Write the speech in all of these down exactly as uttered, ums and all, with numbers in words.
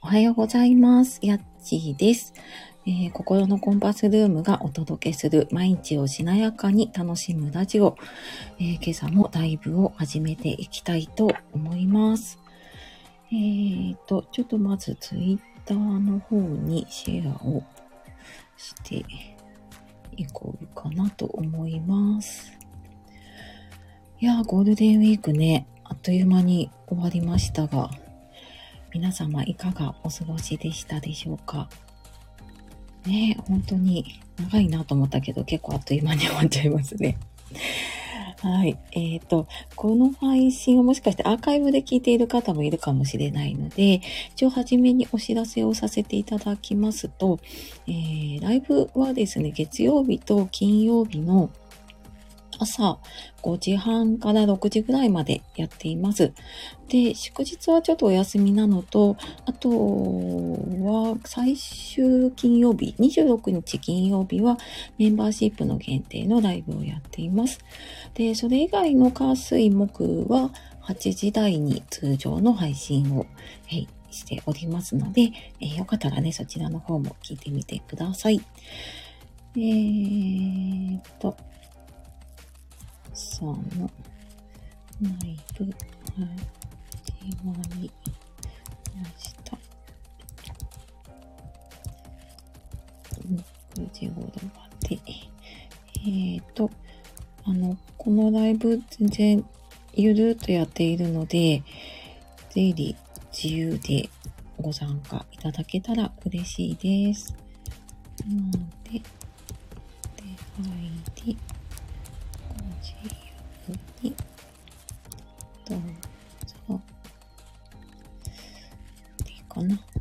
はようございます。やっちーです、えー。心のコンパスルームがお届けする毎日をしなやかに楽しむラジオ、えー、今朝もライブを始めていきたいと思います。えーと、ちょっとまずツイッターの方にシェアをしていこうかなと思います。いやー、ゴールデンウィークね、あっという間に終わりましたが、皆様いかがお過ごしでしたでしょうか。ねえ、本当に長いなと思ったけど結構あっという間に終わっちゃいますね。はい。えっと、この配信をもしかしてアーカイブで聞いている方もいるかもしれないので、一応初めにお知らせをさせていただきますと、えー、ライブはですね、月曜日と金曜日の朝ごじはんからろくじぐらいまでやっています。で、祝日はちょっとお休みなのと、あとは最終金曜日、にじゅうろくにち金曜日はメンバーシップの限定のライブをやっています。で、それ以外の火水木ははちじ台に通常の配信を、はい、しておりますので、えー、よかったらね、そちらの方も聞いてみてください。えーっと、そのライブ始まりました。ろくじ頃まで。えっと、あの、このライブ全然ゆるっとやっているので、ぜひ自由でご参加いただけたら嬉しいです。なので、で、はいで、自由にどうぞ。いいかな。はい、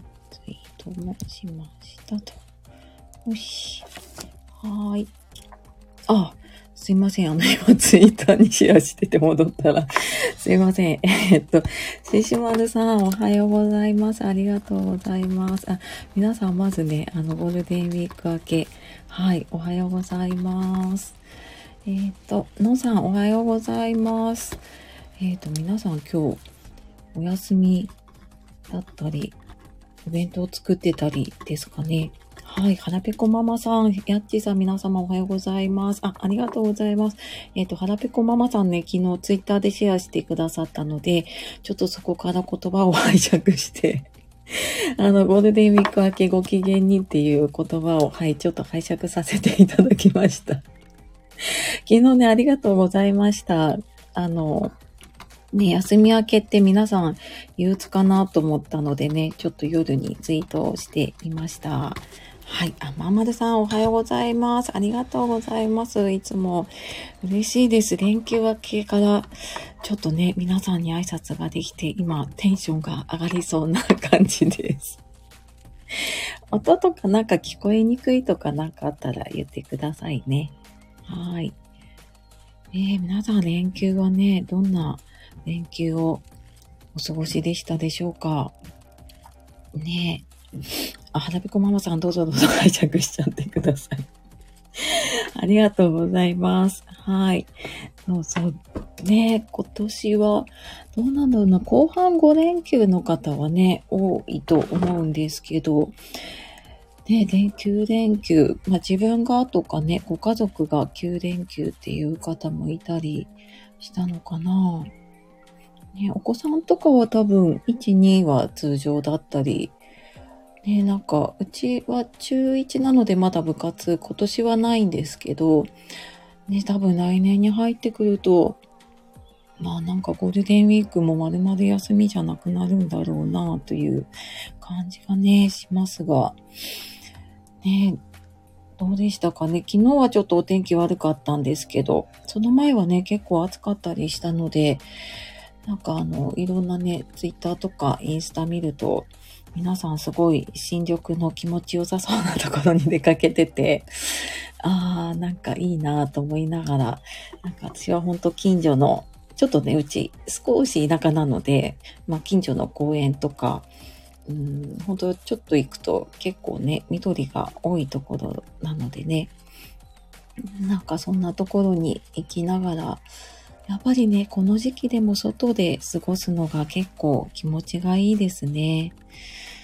ツイートもしましたと。よし。はーい。あ、すいません。あの、今ツイッターにシェアしてて戻ったら、すいません。えー、っと、ししまるさん、おはようございます。ありがとうございます。あ、皆さん、まずね、あの、ゴールデンウィーク明け、はい、おはようございます。えー、っと、のさん、おはようございます。えー、っと、皆さん、今日、お休みだったり、お弁当を作ってたりですかね。はい。はらぺこママさん、やっちーさん、皆様おはようございます。あ、ありがとうございます。えっと、はらぺこママさんね、昨日ツイッターでシェアしてくださったので、ちょっとそこから言葉を拝借して、あの、ゴールデンウィーク明けご機嫌にっていう言葉を、はい、ちょっと拝借させていただきました。昨日ね、ありがとうございました。あの、ね、休み明けって皆さん憂鬱かなと思ったのでね、ちょっと夜にツイートをしていました。はい。あ、まんまるさんおはようございます。ありがとうございます。いつも嬉しいです。連休明けからちょっとね、皆さんに挨拶ができて、今テンションが上がりそうな感じです。音とかなんか聞こえにくいとかなんかあったら言ってくださいね。はい。えー、皆さん連休はね、どんな連休をお過ごしでしたでしょうかねえ。あ、はらぺこママさんどうぞどうぞ拝借しちゃってください。ありがとうございます。はい。そうそう。ねえ、今年はどうなんだろうな。後半ご連休の方はね、多いと思うんですけど、ねえ、きゅう連休。まあ自分がとかね、ご家族がきゅう連休っていう方もいたりしたのかな。ね、お子さんとかは多分いち、には通常だったり、ね、なんかうちは中いちなのでまだ部活今年はないんですけど、ね、多分来年に入ってくると、まあなんかゴールデンウィークも丸々休みじゃなくなるんだろうなという感じがね、しますが、ね、どうでしたかね。昨日はちょっとお天気悪かったんですけど、その前はね、結構暑かったりしたので、なんかあの、いろんなね、ツイッターとかインスタ見ると、皆さんすごい新緑の気持ちよさそうなところに出かけてて、あー、なんかいいなと思いながら、なんか私はほんと近所の、ちょっとね、うち少し田舎なので、まあ近所の公園とか、うん、ほんとちょっと行くと結構ね、緑が多いところなのでね、なんかそんなところに行きながら、やっぱりね、この時期でも外で過ごすのが結構気持ちがいいですね。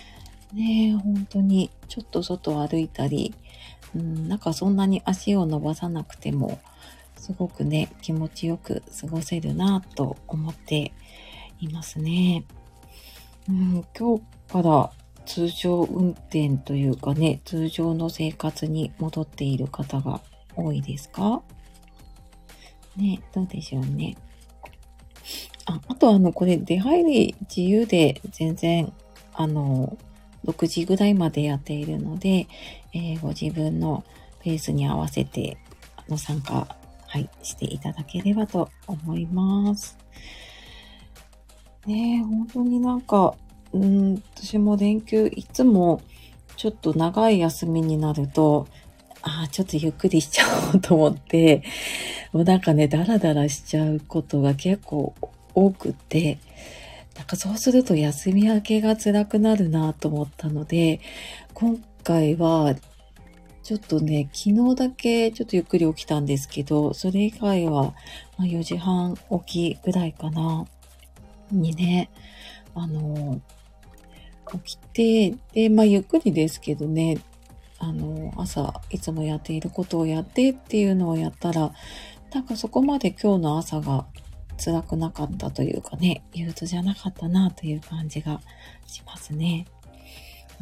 ねえ、本当に、ちょっと外を歩いたり、うん、なんかそんなに足を伸ばさなくても、すごくね、気持ちよく過ごせるなと思っていますね。うん、今日から通常運転というかね、通常の生活に戻っている方が多いですかね、どうでしょうね。あ、あとあの、これ出入り自由で全然、あの、ろくじぐらいまでやっているので、えーご自分のペースに合わせて、あの、参加、はい、していただければと思います。ねえ、本当になんか、うん、私も連休、いつもちょっと長い休みになると、ああ、ちょっとゆっくりしちゃおうと思って、もうなんかね、ダラダラしちゃうことが結構多くって、なんかそうすると休み明けが辛くなるなと思ったので、今回はちょっとね、昨日だけちょっとゆっくり起きたんですけど、それ以外はまあよじはん起きぐらいかな、にね、あの、起きて、で、まあゆっくりですけどね、あの、朝いつもやっていることをやってっていうのをやったら、なんかそこまで今日の朝が辛くなかったというかね、憂鬱じゃなかったなという感じがしますね。うん。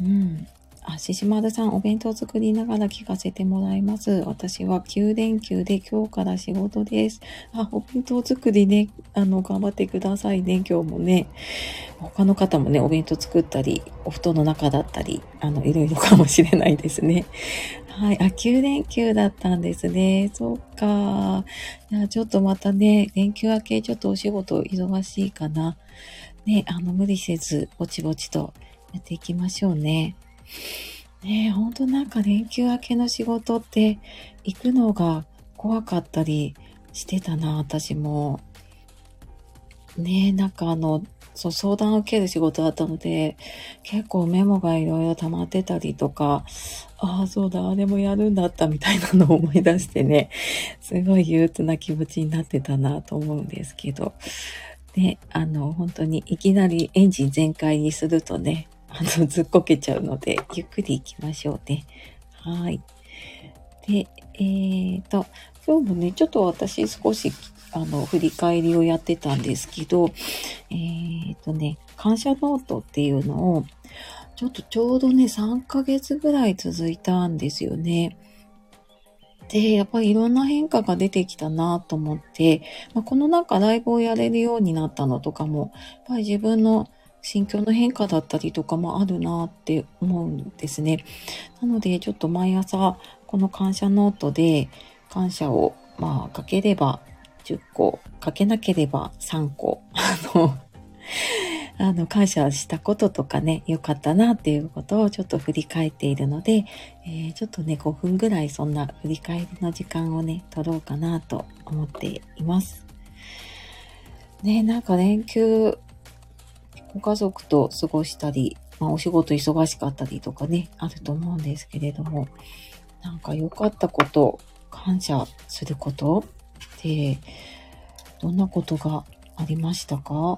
あ、ししまるさん、お弁当作りながら聞かせてもらいます。私はきゅう連休で今日から仕事です。あ、お弁当作りね、あの、頑張ってくださいね、今日もね。他の方もね、お弁当作ったり、お布団の中だったり、あの、いろいろかもしれないですね。はい。あ、きゅう連休だったんですね。そうか。いや、ちょっとまたね、連休明けちょっとお仕事忙しいかな。ね、あの、無理せず、ぼちぼちとやっていきましょうね。ねえ、ほんとなんか連休明けの仕事って行くのが怖かったりしてたな、私も。ねえ、なんかあの、そう、相談を受ける仕事だったので、結構メモがいろいろ溜まってたりとか、ああ、そうだ、あれもやるんだったみたいなのを思い出してね、すごい憂鬱な気持ちになってたなと思うんですけど、ね、あの、本当にいきなりエンジン全開にするとね、あの、ずっこけちゃうので、ゆっくり行きましょうね。はい。で、えーと、今日もね、ちょっと私少し、あの、振り返りをやってたんですけど、えーとね、感謝ノートっていうのを、ちょっとちょうどね、さんかげつぐらい続いたんですよね。で、やっぱりいろんな変化が出てきたなと思って、まあ、このなんかライブをやれるようになったのとかも、やっぱり自分の心境の変化だったりとかもあるなって思うんですね。なので、ちょっと毎朝、この感謝ノートで感謝を、まあ、書ければじゅっこ、書けなければさんこ、あの、あの、感謝したこととかね、良かったなっていうことをちょっと振り返っているので、えー、ちょっとね、ごふんぐらいそんな振り返りの時間をね、取ろうかなと思っています。ね、なんか連休、ご家族と過ごしたり、まあ、お仕事忙しかったりとかね、あると思うんですけれども、なんか良かったこと、感謝することって、どんなことがありましたか？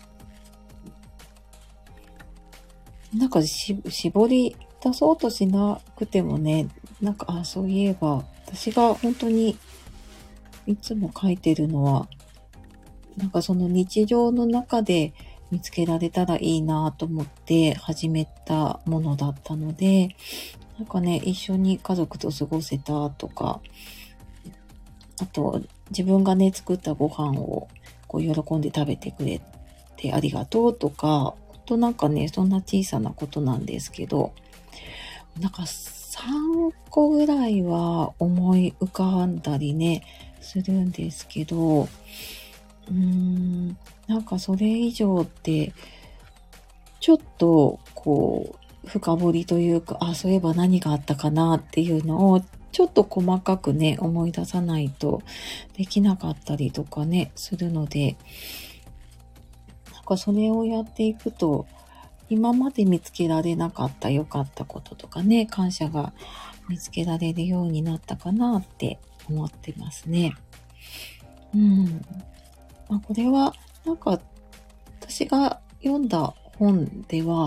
なんかし、絞り出そうとしなくてもね、なんか、あ、そういえば、私が本当にいつも書いてるのは、なんかその日常の中で見つけられたらいいなと思って始めたものだったので、なんかね、一緒に家族と過ごせたとか、あと、自分がね、作ったご飯をこう喜んで食べてくれてありがとうとか、ほんとなんかね、そんな小さなことなんですけど、なんかさんこぐらいは思い浮かんだりね、するんですけど、うーん、なんかそれ以上って、ちょっとこう、深掘りというか、あ、そういえば何があったかなっていうのを、ちょっと細かくね、思い出さないとできなかったりとかね、するので、なんかそれをやっていくと、今まで見つけられなかった良かったこととかね、感謝が見つけられるようになったかなって思ってますね。うん。まあ、これは、なんか、私が読んだ本では、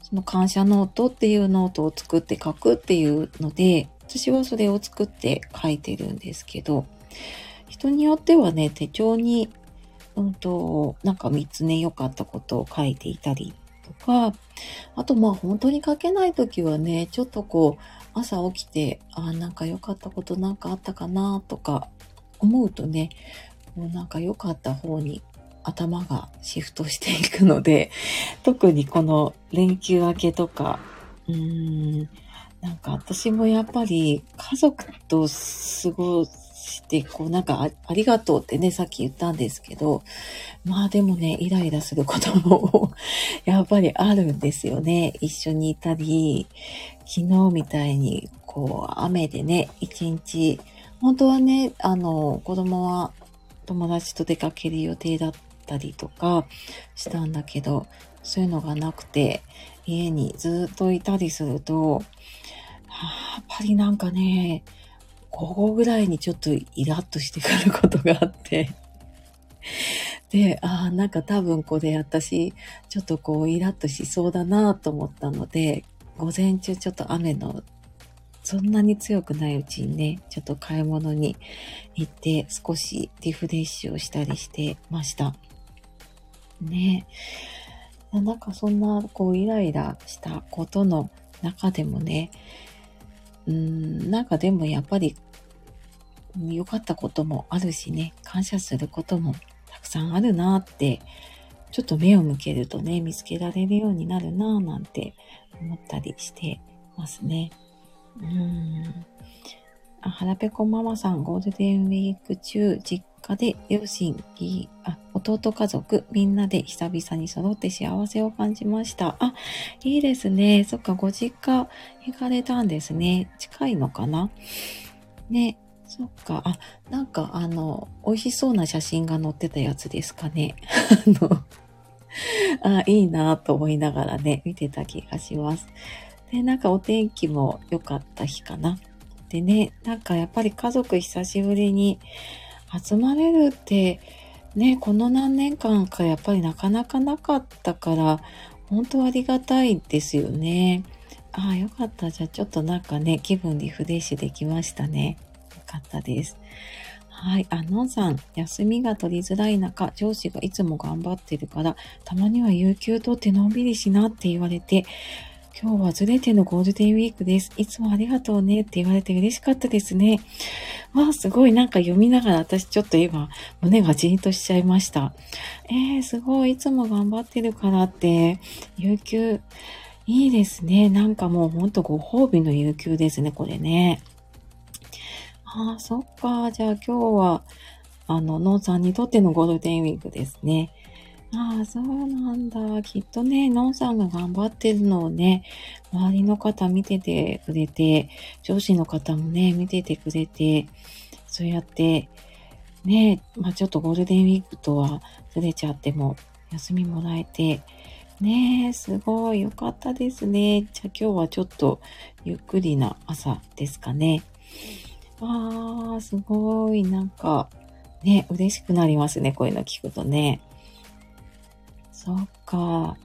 その感謝ノートっていうノートを作って書くっていうので、私はそれを作って書いてるんですけど、人によってはね、手帳に、うんと、なんかみっつね、良かったことを書いていたりとか、あとまあ本当に書けないときはね、ちょっとこう、朝起きて、ああ、なんか良かったことなんかあったかなとか思うとね、もうなんか良かった方に頭がシフトしていくので、特にこの連休明けとか、うーん、なんか私もやっぱり家族と過ごして、こうなんか あ, ありがとうってね、さっき言ったんですけど、まあでもね、イライラすることもやっぱりあるんですよね。一緒にいたり、昨日みたいにこう雨でね、一日、本当はね、あの、子供は友達と出かける予定だったりとかしたんだけど、そういうのがなくて、家にずっといたりすると、はあ、やっぱりなんかね、午後ぐらいにちょっとイラッとしてくることがあって、で、ああ、なんか多分これ私、ちょっとこうイラッとしそうだなと思ったので、午前中ちょっと雨のそんなに強くないうちにね、ちょっと買い物に行って少しリフレッシュをしたりしてました。ね。なんかそんなこうイライラしたことの中でもね、うーん、なんかでもやっぱり良かったこともあるしね、感謝することもたくさんあるなって、ちょっと目を向けるとね、見つけられるようになるなぁなんて思ったりしてますね。うーん。あ、はらぺこママさん、ゴールデンウィーク中、実家で両親、あ、弟家族、みんなで久々に揃って幸せを感じました。あ、いいですね。そっか、ご実家行かれたんですね。近いのかなね。そっか。あ、なんかあの、美味しそうな写真が載ってたやつですかね。あの、あ、いいなと思いながらね、見てた気がします。で、なんかお天気も良かった日かな。でね、なんかやっぱり家族久しぶりに集まれるって、ね、この何年間かやっぱりなかなかなかったから、本当ありがたいですよね。ああ、よかった。じゃあちょっとなんかね、気分リフレッシュできましたね。よかったです。はい。あ、のんさん、休みが取りづらい中、上司がいつも頑張ってるから、たまには有給取ってのんびりしなって言われて、今日はずれてのゴールデンウィークです。いつもありがとうねって言われて嬉しかったですね。わあ、すごいなんか読みながら私ちょっと今胸がじーんとしちゃいました。えー、すごいいつも頑張ってるからって、有給、いいですね。なんかもうほんとご褒美の有給ですね、これね。ああ、そっか。じゃあ今日は、あの、のんさんにとってのゴールデンウィークですね。ああ、そうなんだ。きっとね、のんさんが頑張ってるのをね、周りの方見ててくれて、上司の方もね、見ててくれて、そうやって、ね、まあちょっとゴールデンウィークとはずれちゃっても、休みもらえて、ねえ、すごい良かったですね。じゃあ今日はちょっとゆっくりな朝ですかね。ああ、すごい、なんか、ね、嬉しくなりますね、こういうの聞くとね。そっか。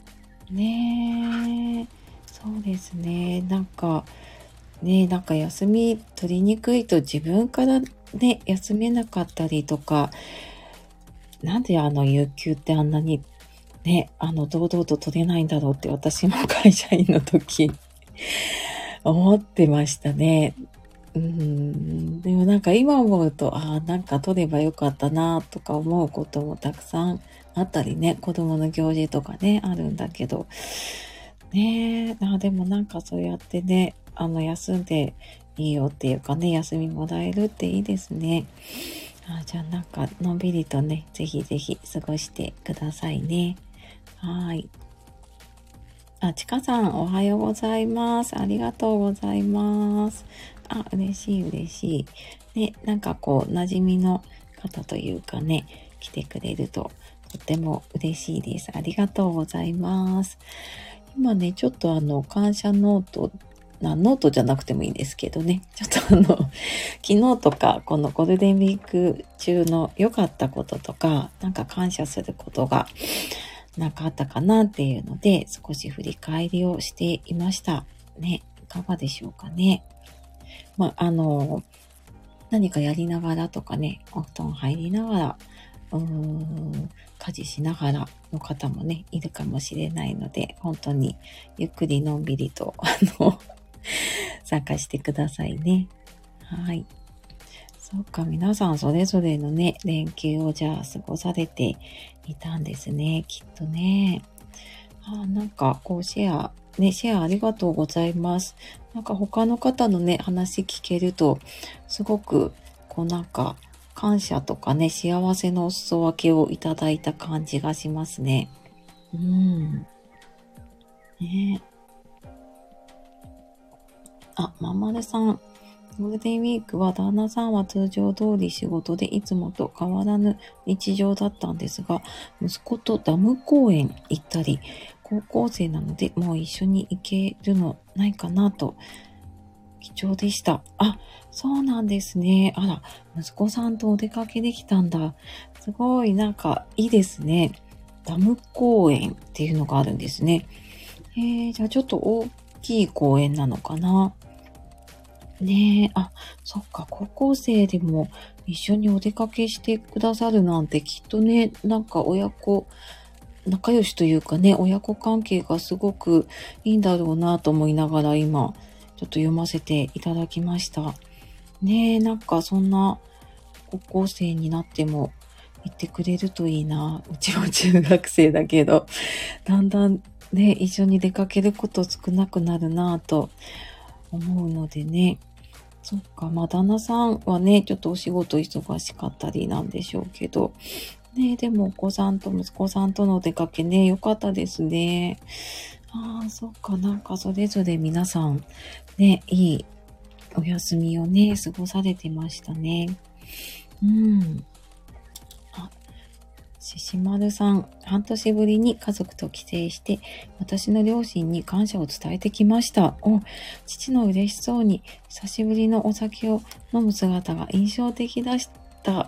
ねえ。そうですね。なんか、ねえ、なんか休み取りにくいと自分からね、休めなかったりとか、なんであの有給ってあんなにね、あの堂々と取れないんだろうって私も会社員の時思ってましたね。うーん、でもなんか今思うと、ああ、なんか取ればよかったなとか思うこともたくさんあったりね、子供の行事とかね、あるんだけど、ねえ、あでもなんかそうやってね、あの休んでいいよっていうかね、休みもらえるっていいですね。あじゃあなんかのんびりとね、ぜひぜひ過ごしてくださいね。はい。あ、ちかさん、おはようございます。ありがとうございます。あ、嬉しい嬉しい。ね、なんかこう、馴染みの方というかね、来てくれると、とっても嬉しいです。ありがとうございます。今ね、ちょっとあの、感謝ノート、なノートじゃなくてもいいんですけどね、ちょっとあの、昨日とか、このゴールデンウィーク中の良かったこととか、なんか感謝することが、 なんかあったかなっていうので、少し振り返りをしていました。ね、いかがでしょうかね。まあ、あの、何かやりながらとかね、お布団入りながら、うーん、家事しながらの方もね、いるかもしれないので、本当にゆっくりのんびりと、あの、参加してくださいね。はい。そうか、皆さんそれぞれのね、連休をじゃあ過ごされていたんですね、きっとね。あ、なんか、こう、シェア、ね、シェアありがとうございます。なんか他の方のね、話聞けると、すごく、こうなんか、感謝とかね、幸せのお裾分けをいただいた感じがしますね。うん。ね。あ、まんまるさん。ゴールデンウィークは旦那さんは通常通り仕事でいつもと変わらぬ日常だったんですが、息子とダム公園行ったり、高校生なのでもう一緒に行けるのないかなと、貴重でした。あ、そうなんですね。あら、息子さんとお出かけできたんだ。すごい、なんかいいですね。ダム公園っていうのがあるんですね。えー、じゃあちょっと大きい公園なのかな。ねえ、あ、そっか、高校生でも一緒にお出かけしてくださるなんてきっとね、なんか親子、仲良しというかね、親子関係がすごくいいんだろうなと思いながら今、ちょっと読ませていただきました。ねえ、なんかそんな高校生になっても言ってくれるといいな。うちは中学生だけど、だんだんね、一緒に出かけること少なくなるなと思うのでね。そっか、まあ旦那さんはね、ちょっとお仕事忙しかったりなんでしょうけど、ね、でもお子さんと息子さんとのお出かけね、よかったですね。ああ、そっか、なんかそれぞれ皆さん、ね、いいお休みをね、過ごされてましたね。うん。あ、ししまるさん、半年ぶりに家族と帰省して、私の両親に感謝を伝えてきました。お、父の嬉しそうに、久しぶりのお酒を飲む姿が印象的でした。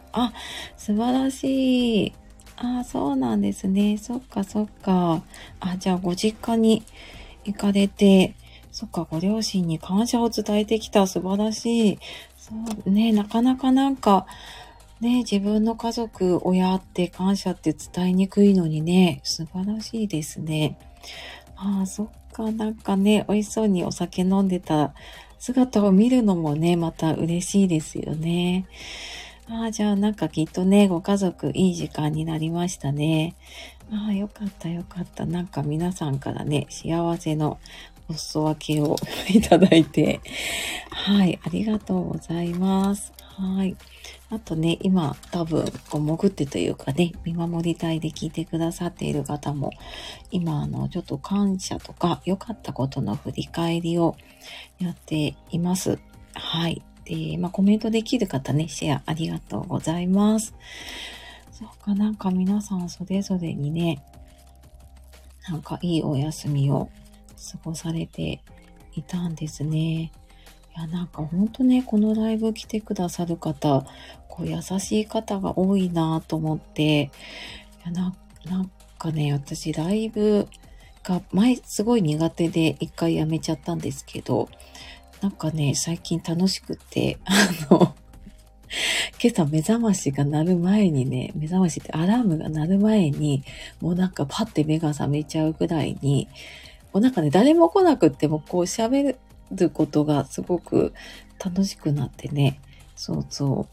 あ、素晴らしい。あ、そうなんですね。そっかそっか。あ、じゃあご実家に行かれて、そっか、ご両親に感謝を伝えてきた。素晴らしい。そうね、なかなかなんか、ね、自分の家族、親って感謝って伝えにくいのにね、素晴らしいですね。ああ、そっか、なんかね、美味しそうにお酒飲んでた姿を見るのもね、また嬉しいですよね。ああ、じゃあなんかきっとね、ご家族いい時間になりましたね。ああ、よかったよかった。なんか皆さんからね、幸せのお裾分けをいただいて、はい、ありがとうございます。はい。あとね、今多分、こう潜ってというかね、見守り隊で聞いてくださっている方も、今あの、ちょっと感謝とか良かったことの振り返りをやっています。はい。で、まあコメントできる方ね、シェアありがとうございます。そうか、なんか皆さんそれぞれにね、なんかいいお休みを過ごされていたんですね。いや、なんかほんとね、このライブ来てくださる方、こう優しい方が多いなと思って、いやな、なんかね、私ライブが前すごい苦手で一回やめちゃったんですけど、なんかね、最近楽しくって、あの、今朝目覚ましが鳴る前にね、目覚ましってアラームが鳴る前に、もうなんかパッて目が覚めちゃうぐらいに、もうなんかね、誰も来なくってもこう喋ることがすごく楽しくなってね、そうそう。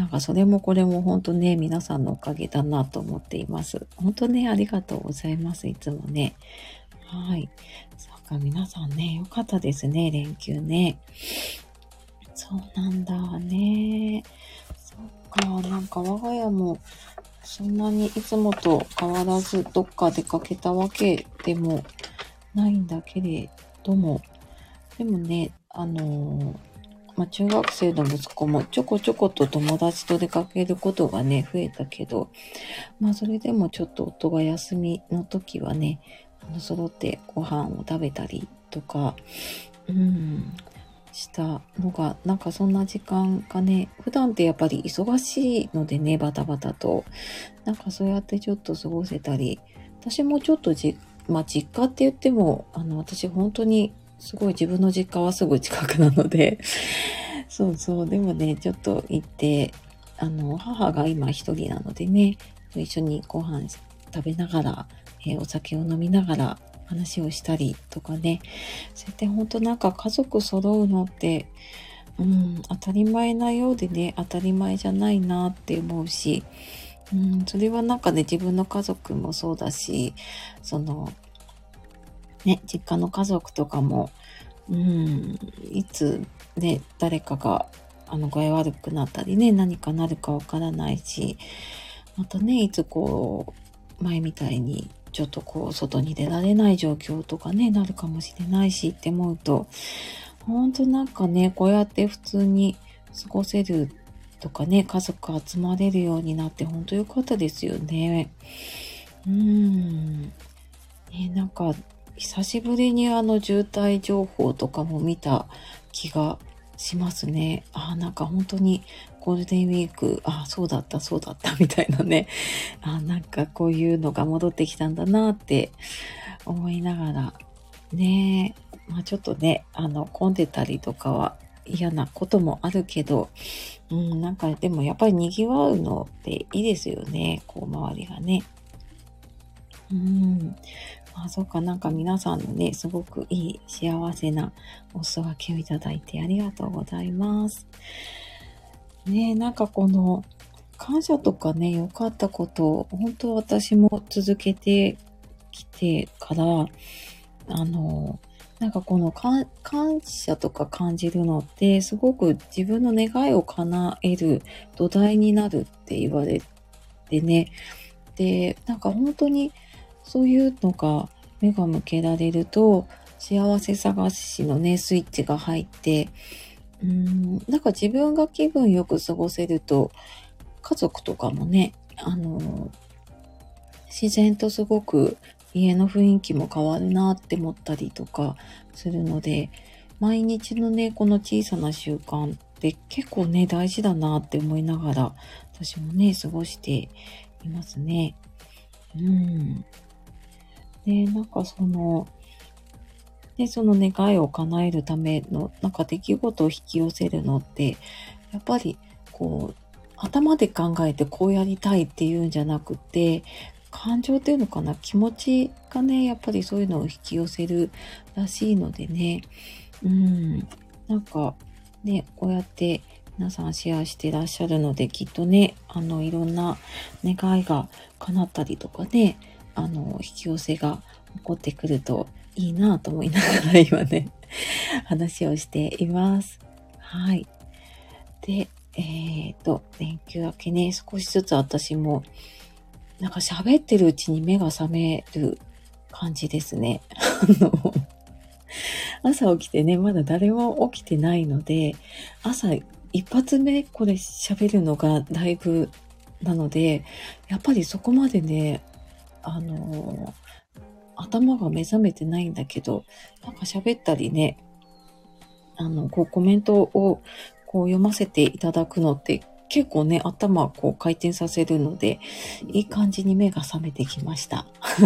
なんかそれもこれも本当ね、皆さんのおかげだなと思っています。本当ね、ありがとうございます。いつもね。はい。そうか、皆さんね、よかったですね、連休ね。そうなんだね。そうか、なんか我が家もそんなにいつもと変わらずどっか出かけたわけでもないんだけれども、でもね、あのー、まあ、中学生の息子もちょこちょこと友達と出かけることがね、増えたけど、まあそれでもちょっと夫が休みの時はね、あの揃ってご飯を食べたりとか、うん、したのが、なんかそんな時間がね、普段ってやっぱり忙しいのでね、バタバタと、なんかそうやってちょっと過ごせたり私もちょっとじ、まあ実家って言っても、あの、私本当にすごい自分の実家はすぐ近くなので、そうそう、でもね、ちょっと行って、あの、母が今一人なのでね、一緒にご飯食べながら、えーお酒を飲みながら話をしたりとかね、そうやって本当なんか家族揃うのって、うん、当たり前なようでね、当たり前じゃないなって思うし、うん、それはなんかね、自分の家族もそうだし、その、ね、実家の家族とかも、うん、いつね、誰かが、あの、具合悪くなったりね、何かなるかわからないし、またね、いつこう、前みたいに、ちょっとこう、外に出られない状況とかね、なるかもしれないしって思うと、ほんとなんかね、こうやって普通に過ごせるとかね、家族集まれるようになってほんと良かったですよね。うーん。ね、なんか、久しぶりにあの渋滞情報とかも見た気がしますね。ああ、なんか本当にゴールデンウィーク、ああ、そうだった、そうだった、みたいなね。ああ、なんかこういうのが戻ってきたんだなって思いながら、ねえ、まあちょっとね、あの、混んでたりとかは嫌なこともあるけど、うん、なんかでもやっぱり賑わうのっていいですよね。こう周りがね。うん。あ、そっか、なんか皆さんのね、すごくいい幸せなお裾分けをいただいてありがとうございます。ねえ、なんかこの感謝とかね、良かったこと、本当私も続けてきてから、あの、なんかこのか感謝とか感じるのって、すごく自分の願いを叶える土台になるって言われてね。で、なんか本当にそういうのが目が向けられると、幸せ探しのね、スイッチが入って、うーん、なんか自分が気分よく過ごせると、家族とかもね、あの、自然とすごく家の雰囲気も変わるなって思ったりとかするので、毎日のね、この小さな習慣って結構ね、大事だなって思いながら、私もね、過ごしていますね。うん。で、なんかその、で、その願いを叶えるための、なんか出来事を引き寄せるのって、やっぱり、こう、頭で考えてこうやりたいっていうんじゃなくて、感情っていうのかな、気持ちがね、やっぱりそういうのを引き寄せるらしいのでね、うん、なんか、ね、こうやって皆さんシェアしてらっしゃるので、きっとね、あの、いろんな願いが叶ったりとかね、あの、引き寄せが起こってくるといいなと思いながら今ね、話をしています。はい。で、えっと、連休明けね、少しずつ私も、なんか喋ってるうちに目が覚める感じですね。あの、朝起きてね、まだ誰も起きてないので、朝一発目これ喋るのがだいぶなので、やっぱりそこまでね、あの、頭が目覚めてないんだけど、なんか喋ったりね、あの、こうコメントをこう読ませていただくのって結構ね、頭こう回転させるので、いい感じに目が覚めてきました。はい。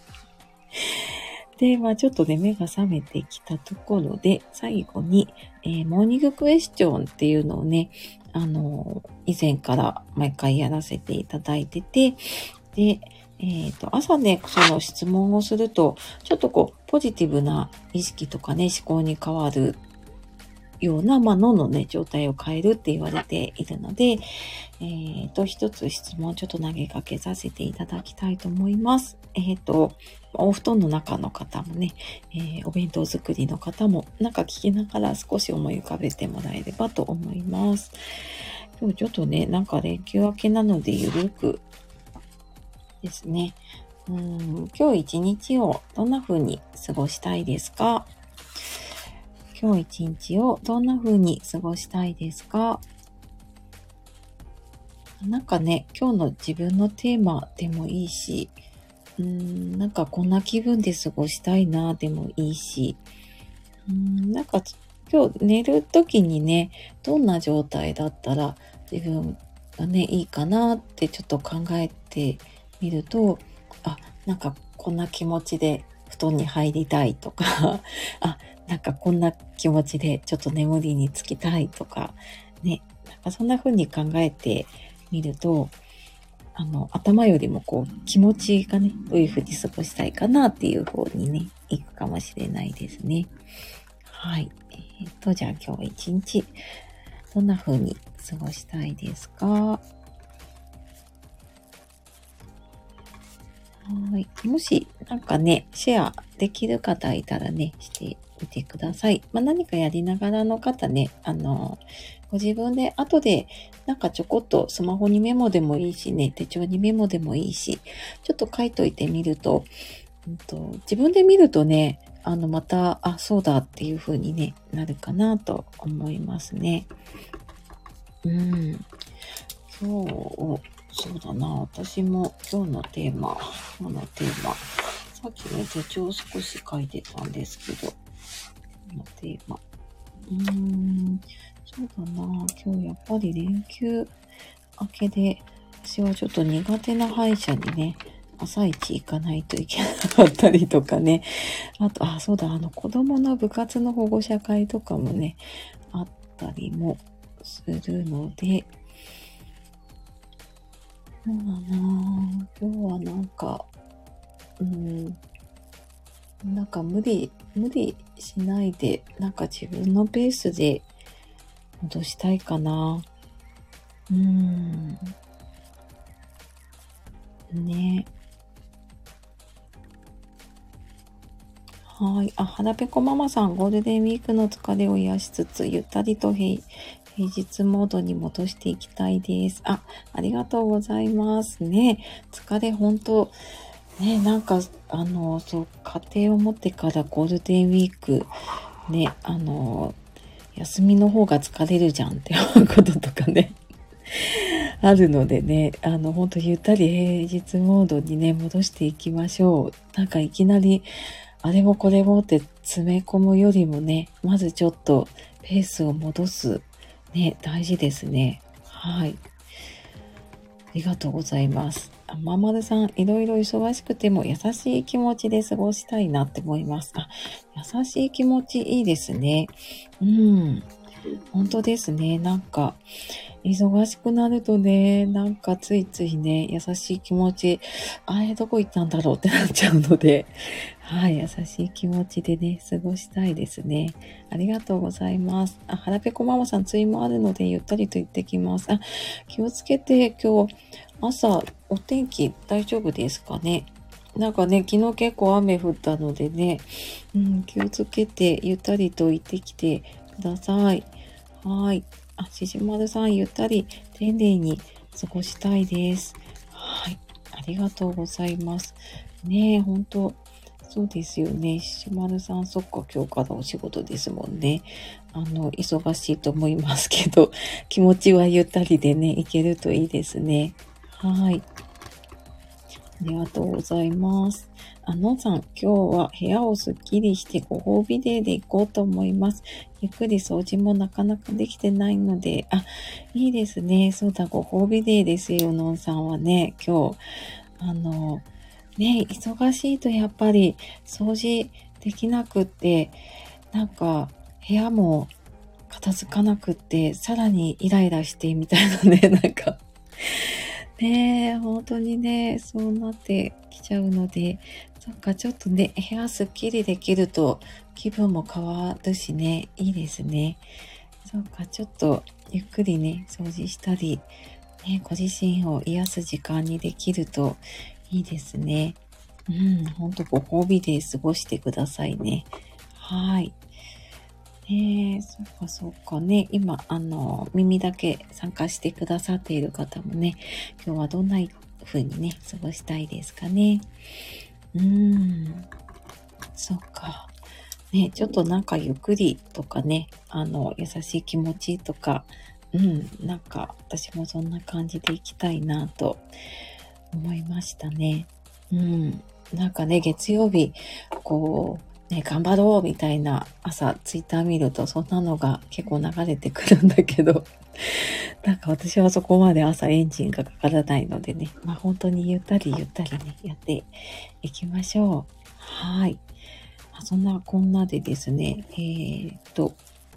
で、まあちょっとね、目が覚めてきたところで、最後に、えーモーニングクエスチョンっていうのをね、あのー以前から毎回やらせていただいてて、で、えっと、朝ね、その質問をすると、ちょっとこう、ポジティブな意識とかね、思考に変わるような、まあ、脳のね、状態を変えるって言われているので、えっと、一つ質問をちょっと投げかけさせていただきたいと思います。えっと、お布団の中の方もね、えーお弁当作りの方も、なんか聞きながら少し思い浮かべてもらえればと思います。今日ちょっとね、なんか連休明けなのでゆるくですね。うん、今日一日をどんな風に過ごしたいですか？今日一日をどんな風に過ごしたいですか？なんかね、今日の自分のテーマでもいいし、うーん、なんかこんな気分で過ごしたいなでもいいし、うーん、なんか今日寝る時にね、どんな状態だったら自分がね、いいかなってちょっと考えてみると、あ、 なんかこんな気持ちで布団に入りたいとか、あ、なんかこんな気持ちでちょっと眠りにつきたいとか、ね、なんかそんな風に考えてみると、あの、頭よりもこう、気持ちがね、どういう風に過ごしたいかなっていう方にね、行くかもしれないですね。はい。えっと、じゃあ今日一日、どんな風に過ごしたいですか？はい。もし、なんかね、シェアできる方いたらね、してみてください。まあ、何かやりながらの方ね、あの、ご自分で後でなんかちょこっとスマホにメモでもいいしね、手帳にメモでもいいし、ちょっと書いといてみると、うんと、自分で見るとね、あの、また、あ、そうだっていう風にね、なるかなと思いますね。うん。今日、そうだな、私も今日のテーマ、今日のテーマ、さっきね、手帳少し書いてたんですけど、今日のテーマ、うーん、そうだな、今日やっぱり連休明けで、私はちょっと苦手な歯医者にね、朝一行かないといけなかったりとかね。あと、あ、そうだ、あの、子供の部活の保護者会とかもね、あったりもするので、そうだなぁ。今日はなんか、うん、なんか無理、無理しないで、なんか自分のペースで戻したいかな。うーん、ね。はい。あ、はらぺこママさん、ゴールデンウィークの疲れを癒しつつ、ゆったりと平平日モードに戻していきたいです。あ、ありがとうございますね。疲れ、本当ね、なんか、あの、そう、家庭を持ってからゴールデンウィーク、ね、あの、休みの方が疲れるじゃんっていうこととかね、あるのでね、あの、本当ゆったり平日モードにね、戻していきましょう。なんかいきなり、あれもこれもって詰め込むよりもね、まずちょっとペースを戻す。ね、大事ですね。はい。ありがとうございます。あ、ままるさん、いろいろ忙しくても優しい気持ちで過ごしたいなって思います。あ、優しい気持ちいいですね。うん。本当ですね。なんか、忙しくなるとね、なんかついついね、優しい気持ち、あれどこ行ったんだろうってなっちゃうので、はい、優しい気持ちでね、過ごしたいですね。ありがとうございます。あ、はらぺこママさん、ツイもあるので、ゆったりと行ってきます。あ、気をつけて、今日、朝、お天気大丈夫ですかね。なんかね、昨日結構雨降ったのでね、うん、気をつけて、ゆったりと行ってきてください。はい。あ、しじまるさん、ゆったり、丁寧に過ごしたいです。はい。ありがとうございます。ねえ、ほんと、そうですよね。しじまるさん、そっか、今日からお仕事ですもんね。あの、忙しいと思いますけど、気持ちはゆったりでね、いけるといいですね。はい。ありがとうございます。あのさん、今日は部屋をすっきりしてご褒美デーで行こうと思います。ゆっくり掃除もなかなかできてないので、あ、いいですね。そうだ、ご褒美デーですよ、のんさんはね。今日、あの、ね、忙しいとやっぱり掃除できなくって、なんか部屋も片付かなくって、さらにイライラしてみたいなね、なんかねえ、本当にね、そうなってきちゃうので、そっか、ちょっとね、部屋すっきりできると気分も変わるしね、いいですね。そっか、ちょっとゆっくりね、掃除したり、ね、ご自身を癒す時間にできるといいですね。うん、ほんとご褒美で過ごしてくださいね。はい。えー、そっかそっかね。今、あの、耳だけ参加してくださっている方もね、今日はどんな風にね、過ごしたいですかね。うーん、そっか。ね、ちょっとなんかゆっくりとかね、あの、優しい気持ちとか、うん、なんか私もそんな感じでいきたいなと思いましたね。うん。なんかね、月曜日、こう、 ね、頑張ろうみたいな朝ツイッター見るとそんなのが結構流れてくるんだけど、なんか私はそこまで朝エンジンがかからないのでね、まあ本当にゆったりゆったりね、やっていきましょう。はい。まあ、そんなこんなでですね、えー、っと、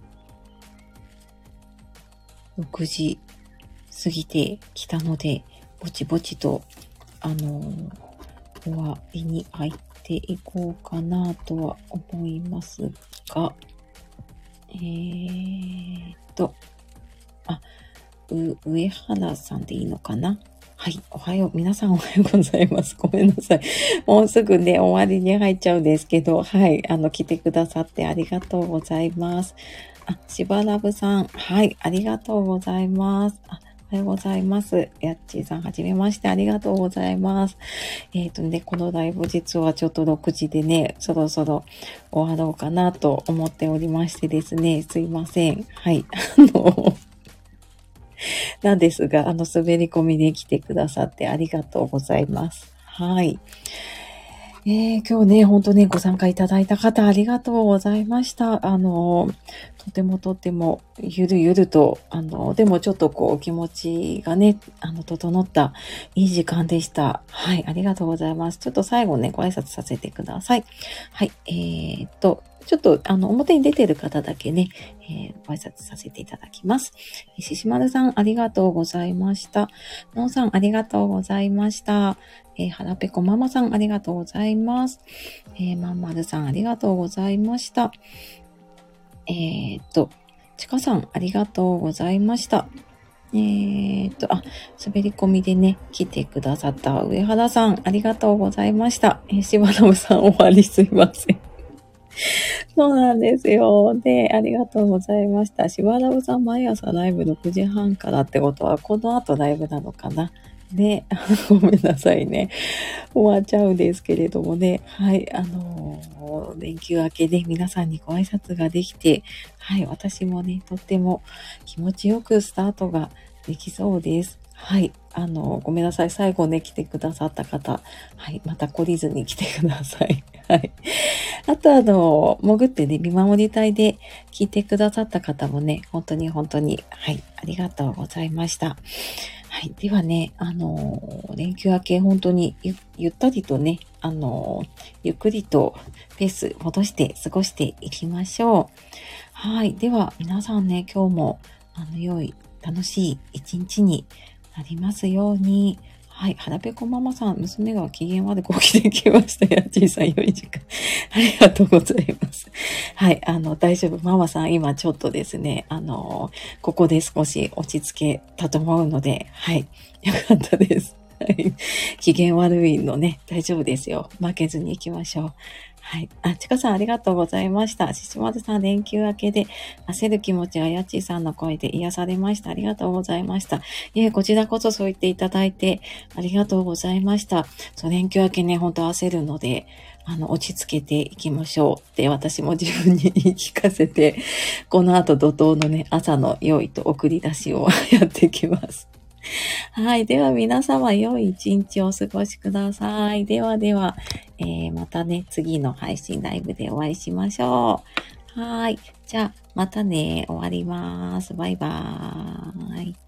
ろくじ過ぎてきたので、ぼちぼちと、あのー、終わりに入っていこうかなとは思いますが、えーっと、あ、う、上原さんでいいのかな？はい。おはよう。皆さんおはようございます。ごめんなさい。もうすぐね、終わりに入っちゃうんですけど、はい。あの、来てくださってありがとうございます。あ、しばらぶさん。はい。ありがとうございます。あ、おはようございます。やっちーさん、はじめまして。ありがとうございます。えっとね、このライブ実はちょっとろくじでね、そろそろ終わろうかなと思っておりましてですね、すいません。はい。あの、なんですが、あの、滑り込みで来てくださってありがとうございます。はい。えー、今日ね、ほんとね、ご参加いただいた方ありがとうございました。あの、とてもとてもゆるゆると、あの、でもちょっとこう気持ちがね、あの、整ったいい時間でした。はい、ありがとうございます。ちょっと最後ね、ご挨拶させてください。はい、えーっと、ちょっと、あの、表に出てる方だけね、えー、ご挨拶させていただきます。ししまるさん、ありがとうございました。のうさん、ありがとうございました。えー、はらぺこママさん、ありがとうございます。えー、まんまるさん、ありがとうございました。えー、っと、ちかさん、ありがとうございました。えー、っと、あ、滑り込みでね、来てくださった上原さん、ありがとうございました。えー、しばらぶさん、終わりすいません。そうなんですよ。で、ありがとうございました。しばらぶさん、毎朝ライブろくじはんからってことは、この後ライブなのかな。で、ごめんなさいね。終わっちゃうんですけれどもね。はい。あのー、連休明けで皆さんにご挨拶ができて、はい。私もね、とっても気持ちよくスタートができそうです。はい。あのー、ごめんなさい。最後ね、来てくださった方、はい。また懲りずに来てください。はい。あとあの、潜ってね、見守り隊で聞いてくださった方もね、本当に本当に、はい。ありがとうございました。はい。ではね、あのー、連休明け本当に ゆ, ゆったりとね、あのー、ゆっくりとペース戻して過ごしていきましょう。はい。では皆さんね、今日もあの良い、楽しい一日になりますように。はい。はらぺこママさん、娘が機嫌悪く起きてきました。やっちーさん、良い時間。ありがとうございます。はい。あの、大丈夫。ママさん、今ちょっとですね、あの、ここで少し落ち着けたと思うので、はい。よかったです。はい。機嫌悪いのね、大丈夫ですよ。負けずに行きましょう。はい。あ、ちかさんありがとうございました。ししまるさん連休明けで焦る気持ちはやっちーさんの声で癒されました。ありがとうございました。いえ、こちらこそそう言っていただいてありがとうございました。そう、連休明けね、ほんと焦るので、あの、落ち着けていきましょうって私も自分に言い聞かせて、この後怒涛のね、朝の用意と送り出しをやっていきます。はい。では皆様、良い一日をお過ごしください。ではでは、えー、またね、次の配信ライブでお会いしましょう。はい。じゃあ、またね、終わります。バイバーイ。